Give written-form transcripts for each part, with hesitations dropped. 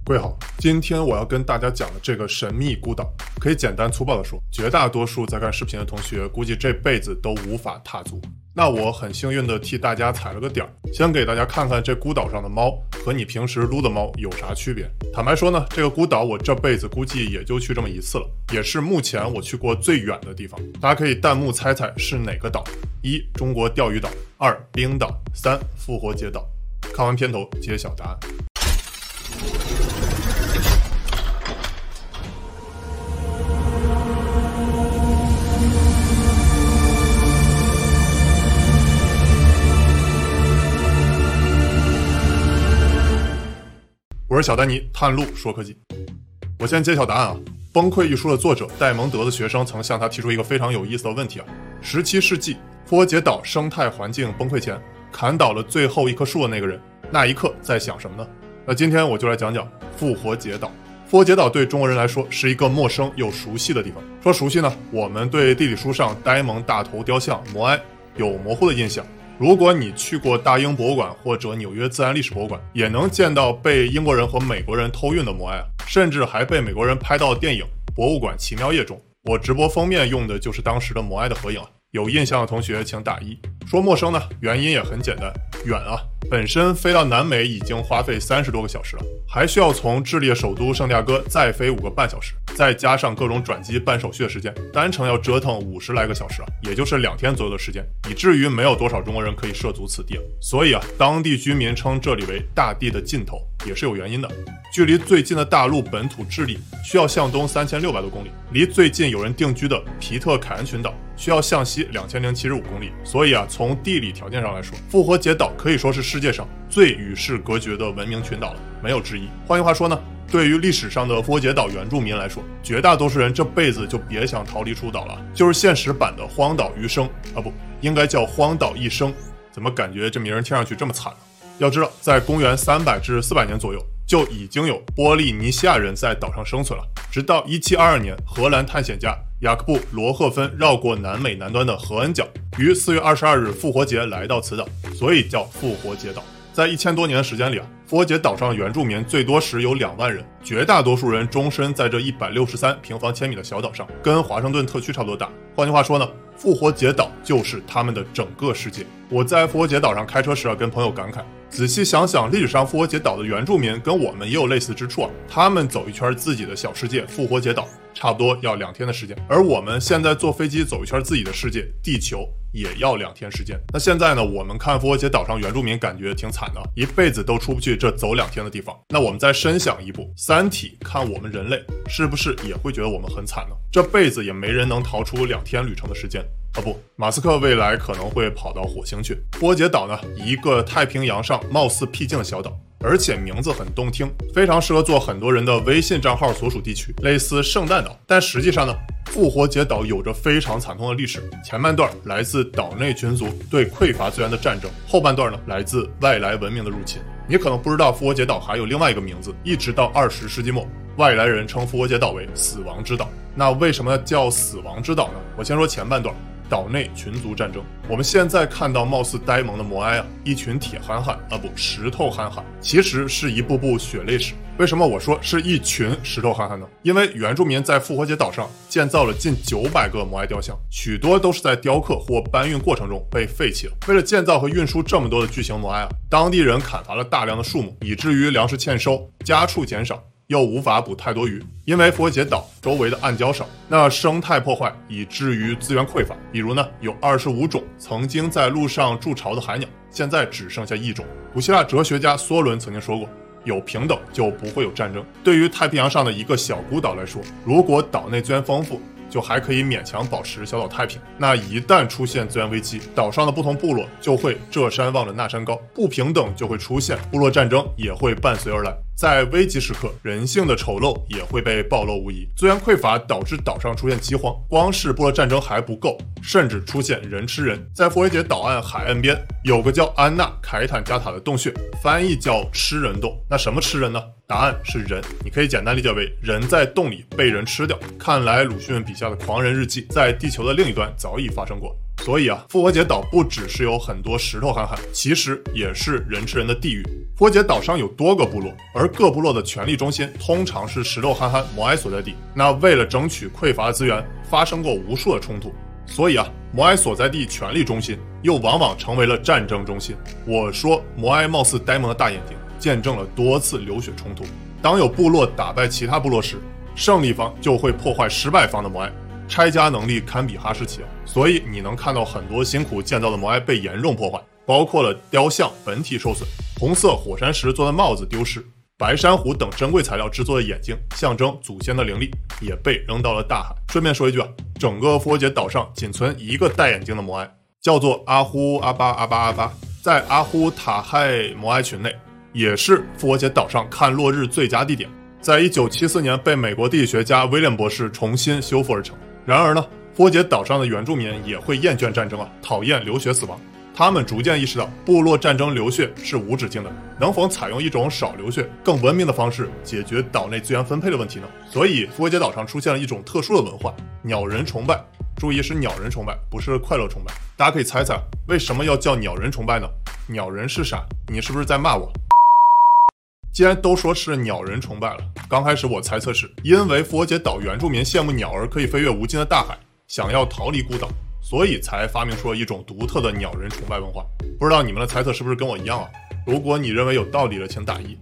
各位好，今天我要跟大家讲的这个神秘孤岛，可以简单粗暴的说，绝大多数在看视频的同学估计这辈子都无法踏足。那我很幸运的替大家踩了个点儿，先给大家看看这孤岛上的猫和你平时撸的猫有啥区别。坦白说呢，这个孤岛我这辈子估计也就去这么一次了，也是目前我去过最远的地方。大家可以弹幕猜猜是哪个岛：1. 中国钓鱼岛，2. 冰岛，3. 复活节岛。看完片头揭晓答案。我是小丹尼，探路说科技。我先揭晓答案啊！《崩溃》一书的作者戴蒙德的学生曾向他提出一个非常有意思的问题啊：17世纪复活节岛生态环境崩溃前，砍倒了最后一棵树的那个人，那一刻在想什么呢？那今天我就来讲讲复活节岛。复活节岛对中国人来说是一个陌生又熟悉的地方。说熟悉呢，我们对地理书上呆萌大头雕像摩埃有模糊的印象。如果你去过大英博物馆或者纽约自然历史博物馆，也能见到被英国人和美国人偷运的摩埃，甚至还被美国人拍到电影《博物馆奇妙夜》中。我直播封面用的就是当时的摩埃的合影啊，有印象的同学请打1。说陌生呢，原因也很简单，远啊，本身飞到南美已经花费30多个小时了，还需要从智利的首都圣地亚哥再飞5个半小时，再加上各种转机办手续的时间，单程要折腾50来个小时啊，也就是2天左右的时间，以至于没有多少中国人可以涉足此地啊。所以啊，当地居民称这里为大地的尽头，也是有原因的。距离最近的大陆本土智利需要向东3600多公里，离最近有人定居的皮特凯恩群岛需要向西2075公里。所以啊，从地理条件上来说，复活节岛可以说是世界上最与世隔绝的文明群岛了，没有之一。换句话说呢，对于历史上的复活节岛原住民来说，绝大多数人这辈子就别想逃离出岛了，就是现实版的荒岛余生啊，不应该叫荒岛一生。怎么感觉这名人听上去这么惨呢？要知道，在公元300至400年左右，就已经有波利尼西亚人在岛上生存了。直到1722年，荷兰探险家雅克布·罗赫芬绕过南美南端的合恩角，于4月22日复活节来到此岛，所以叫复活节岛。在1000多年的时间里啊，复活节岛上的原住民最多时有2万人，绝大多数人终身在这163平方千米的小岛上，跟华盛顿特区差不多大。换句话说呢，复活节岛就是他们的整个世界。我在复活节岛上开车时啊，跟朋友感慨，仔细想想，历史上复活节岛的原住民跟我们也有类似之处啊。他们走一圈自己的小世界复活节岛，差不多要2天的时间，而我们现在坐飞机走一圈自己的世界地球也要2天时间。那现在呢，我们看复活节岛上原住民感觉挺惨的，一辈子都出不去这走2天的地方。那我们再深想一步，三体看我们人类是不是也会觉得我们很惨呢？这辈子也没人能逃出2天旅程的时间。不，马斯克未来可能会跑到火星去。复活节岛呢，一个太平洋上貌似僻静的小岛，而且名字很动听，非常适合做很多人的微信账号所属地区，类似圣诞岛。但实际上呢，复活节岛有着非常惨痛的历史。前半段来自岛内群族对匮乏资源的战争，后半段呢来自外来文明的入侵。你可能不知道，复活节岛还有另外一个名字，一直到20世纪末，外来人称复活节岛为死亡之岛。那为什么叫死亡之岛呢？我先说前半段。岛内群族战争，我们现在看到貌似呆萌的摩埃啊，一群铁憨憨啊，不，石头憨憨，其实是一部部血泪史。为什么我说是一群石头憨憨呢？因为原住民在复活节岛上建造了近900个摩埃雕像，许多都是在雕刻或搬运过程中被废弃了。为了建造和运输这么多的巨型摩埃啊，当地人砍伐了大量的树木，以至于粮食欠收，家畜减少，又无法捕太多鱼，因为复活节岛周围的暗礁少，那生态破坏以至于资源匮乏。比如呢，有25种曾经在陆上筑巢的海鸟，现在只剩下1种。古希腊哲学家梭伦曾经说过，有平等就不会有战争。对于太平洋上的一个小孤岛来说，如果岛内资源丰富，就还可以勉强保持小岛太平。那一旦出现资源危机，岛上的不同部落就会这山望着那山高，不平等就会出现，部落战争也会伴随而来。在危急时刻，人性的丑陋也会被暴露无遗。资源匮乏导致岛上出现饥荒，光是部落战争还不够，甚至出现人吃人。在复活节岛岸海岸边有个叫安纳凯坦加塔的洞穴，翻译叫吃人洞。那什么吃人呢？答案是人，你可以简单理解为人在洞里被人吃掉。看来鲁迅笔下的狂人日记在地球的另一端早已发生过。 所以啊，复活节岛不只是有很多石头憨憨，其实也是人吃人的地狱。复活节岛上有多个部落，而各部落的权力中心通常是石头憨憨摩埃所在地。那为了争取匮乏的资源，发生过无数的冲突。所以啊，摩埃所在地权力中心又往往成为了战争中心。我说摩埃貌似呆萌的大眼睛，见证了多次流血冲突。当有部落打败其他部落时，胜利方就会破坏失败方的摩埃，拆家能力堪比哈士奇。所以你能看到很多辛苦建造的摩埃被严重破坏，包括了雕像本体受损，红色火山石做的帽子丢失，白珊瑚等珍贵材料制作的眼睛，象征祖先的灵力，也被扔到了大海。顺便说一句啊，整个复活节岛上仅存一个戴眼镜的摩埃，叫做阿呼阿巴阿巴阿巴，在阿呼塔亥摩埃群内，也是复活节岛上看落日最佳地点，在1974年被美国地理学家威廉博士重新修复而成。然而呢，复活节岛上的原住民也会厌倦战争啊，讨厌流血死亡。他们逐渐意识到部落战争流血是无止境的，能否采用一种少流血、更文明的方式解决岛内资源分配的问题呢？所以复活节岛上出现了一种特殊的文化——鸟人崇拜。注意是鸟人崇拜，不是快乐崇拜。大家可以猜猜为什么要叫鸟人崇拜呢？鸟人是啥？你是不是在骂我？既然都说是鸟人崇拜了，刚开始我猜测是因为复活节岛原住民羡慕鸟儿可以飞越无尽的大海，想要逃离孤岛，所以才发明出了一种独特的鸟人崇拜文化。不知道你们的猜测是不是跟我一样啊？如果你认为有道理的，请打一。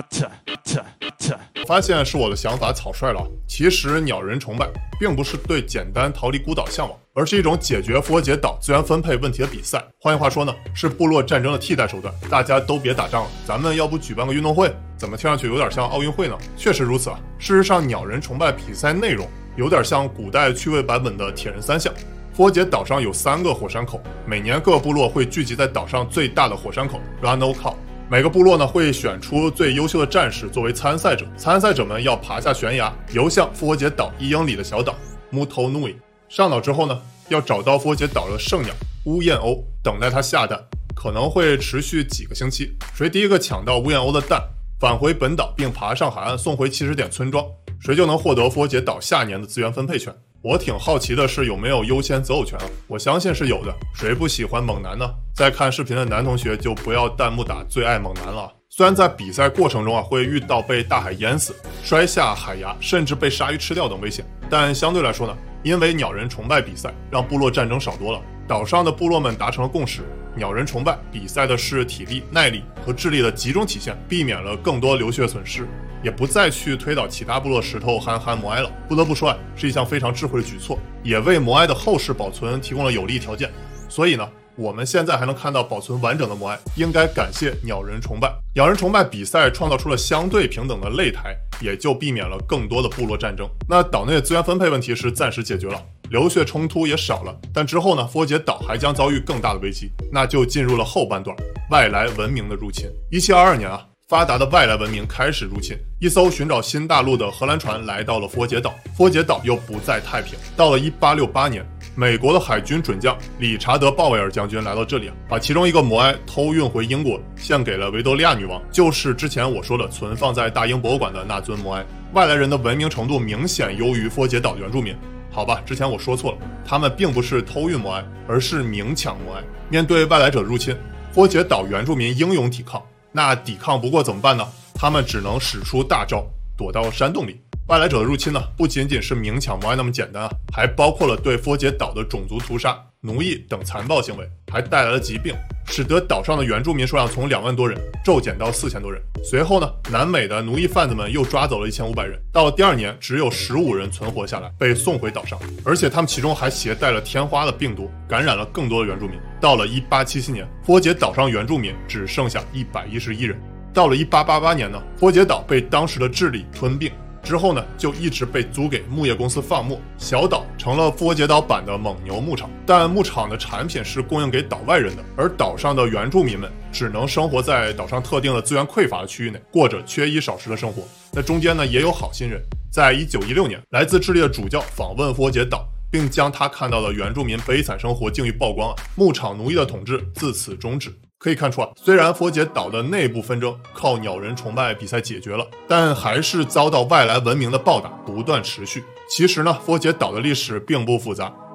发现是我的想法草率了。其实鸟人崇拜并不是对简单逃离孤岛向往，而是一种解决复活节岛资源分配问题的比赛。换句话说呢，是部落战争的替代手段。大家都别打仗了，咱们要不举办个运动会？怎么听上去有点像奥运会呢？确实如此啊。事实上，鸟人崇拜比赛内容有点像古代趣味版本的铁人三项。复活节岛上有3个火山口，每年各部落会聚集在岛上最大的火山口 Rano Khao。每个部落呢会选出最优秀的战士作为参赛者，参赛者们要爬下悬崖，游向复活节岛1英里的小岛 Muto Nui。上岛之后呢，要找到复活节岛的圣鸟乌燕鸥，等待它下蛋，可能会持续几个星期。谁第一个抢到乌燕鸥的蛋，返回本岛并爬上海岸送回起始点村庄，谁就能获得复活节岛下年的资源分配权。我挺好奇的是有没有优先择偶权啊？我相信是有的，谁不喜欢猛男呢？在看视频的男同学就不要弹幕打最爱猛男了。虽然在比赛过程中会遇到被大海淹死、摔下海崖，甚至被鲨鱼吃掉等危险，但相对来说呢，因为鸟人崇拜比赛让部落战争少多了。岛上的部落们达成了共识，鸟人崇拜比赛的是体力、耐力和智力的集中体现，避免了更多流血损失，也不再去推倒其他部落石头憨憨摩埃了。不得不说是一项非常智慧的举措，也为摩埃的后世保存提供了有利条件。所以呢，我们现在还能看到保存完整的摩埃，应该感谢鸟人崇拜。鸟人崇拜比赛创造出了相对平等的擂台，也就避免了更多的部落战争。那岛内的资源分配问题是暂时解决了，流血冲突也少了，但之后呢，复活节岛还将遭遇更大的危机，那就进入了后半段，外来文明的入侵。1722年发达的外来文明开始入侵，一艘寻找新大陆的荷兰船来到了复活节岛，复活节岛又不再太平。到了1868年，美国的海军准将理查德·鲍威尔将军来到这里，把其中一个摩埃偷运回英国，献给了维多利亚女王，就是之前我说的存放在大英博物馆的那尊摩埃。外来人的文明程度明显优于复活节岛的原住民。好吧，之前我说错了，他们并不是偷运摩埃，而是明抢摩埃。面对外来者入侵，复活节岛原住民英勇抵抗。那抵抗不过怎么办呢？他们只能使出大招，躲到山洞里。外来者的入侵呢，不仅仅是明抢摩埃那么简单还包括了对复活节岛的种族屠杀、奴役等残暴行为，还带来了疾病，使得岛上的原住民数量从2万多人骤减到4000多人。随后呢，南美的奴役贩子们又抓走了1500人。到了第2年，只有15人存活下来，被送回岛上，而且他们其中还携带了天花的病毒，感染了更多的原住民。到了1877年，复活节岛上原住民只剩下111人。到了1888年呢，复活节岛被当时的智利吞并。之后呢，就一直被租给牧业公司放牧，小岛成了复活节岛版的蒙牛牧场。但牧场的产品是供应给岛外人的，而岛上的原住民们只能生活在岛上特定的资源匮乏的区域内，过着缺衣少食的生活。那中间呢，也有好心人。在1916年，来自智利的主教访问复活节岛，并将他看到的原住民悲惨生活境遇曝光牧场奴役的统治自此终止。可以看出虽然复活节岛的内部纷争靠鸟人崇拜比赛解决了，但还是遭到外来文明的暴打，不断持续。其实呢，复活节岛的历史并不复杂，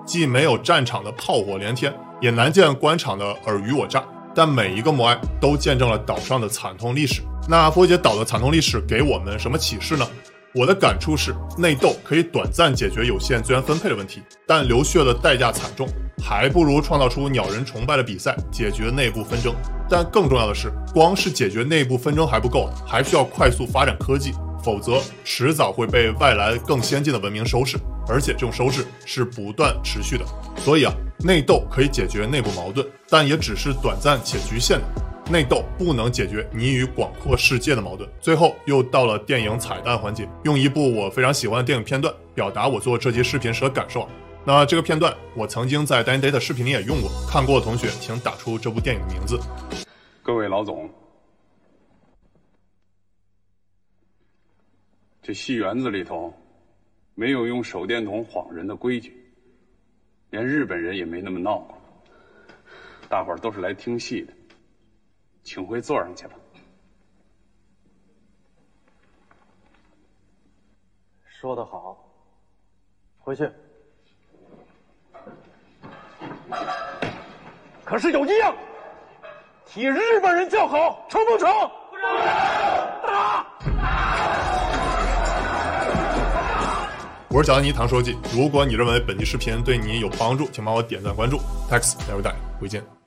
既没有战场的炮火连天，也难见官场的尔虞我诈。但每一个默哀都见证了岛上的惨痛历史。那波杰岛的惨痛历史给我们什么启示呢？我的感触是，内斗可以短暂解决有限资源分配的问题，但流血的代价惨重，还不如创造出鸟人崇拜的比赛，解决内部纷争。但更重要的是，光是解决内部纷争还不够，还需要快速发展科技，否则迟早会被外来更先进的文明收拾，而且这种收拾是不断持续的。所以内斗可以解决内部矛盾，但也只是短暂且局限的。内斗不能解决你与广阔世界的矛盾。最后又到了电影彩蛋环节，用一部我非常喜欢的电影片段表达我做这期视频时的感受。那这个片段我曾经在 Danny Day 的视频里也用过，看过的同学请打出这部电影的名字。 各位老总，这戏园子里头没有用手电筒晃人的规矩，连日本人也没那么闹过。大伙儿都是来听戏的，请回座上去吧。 说得好，回去。可是有一样，替日本人叫好，成不成？不成。打！ 我是小丹尼唐说记，如果你认为本期视频对你有帮助，请帮我点赞关注。Tax， 下回见，回见。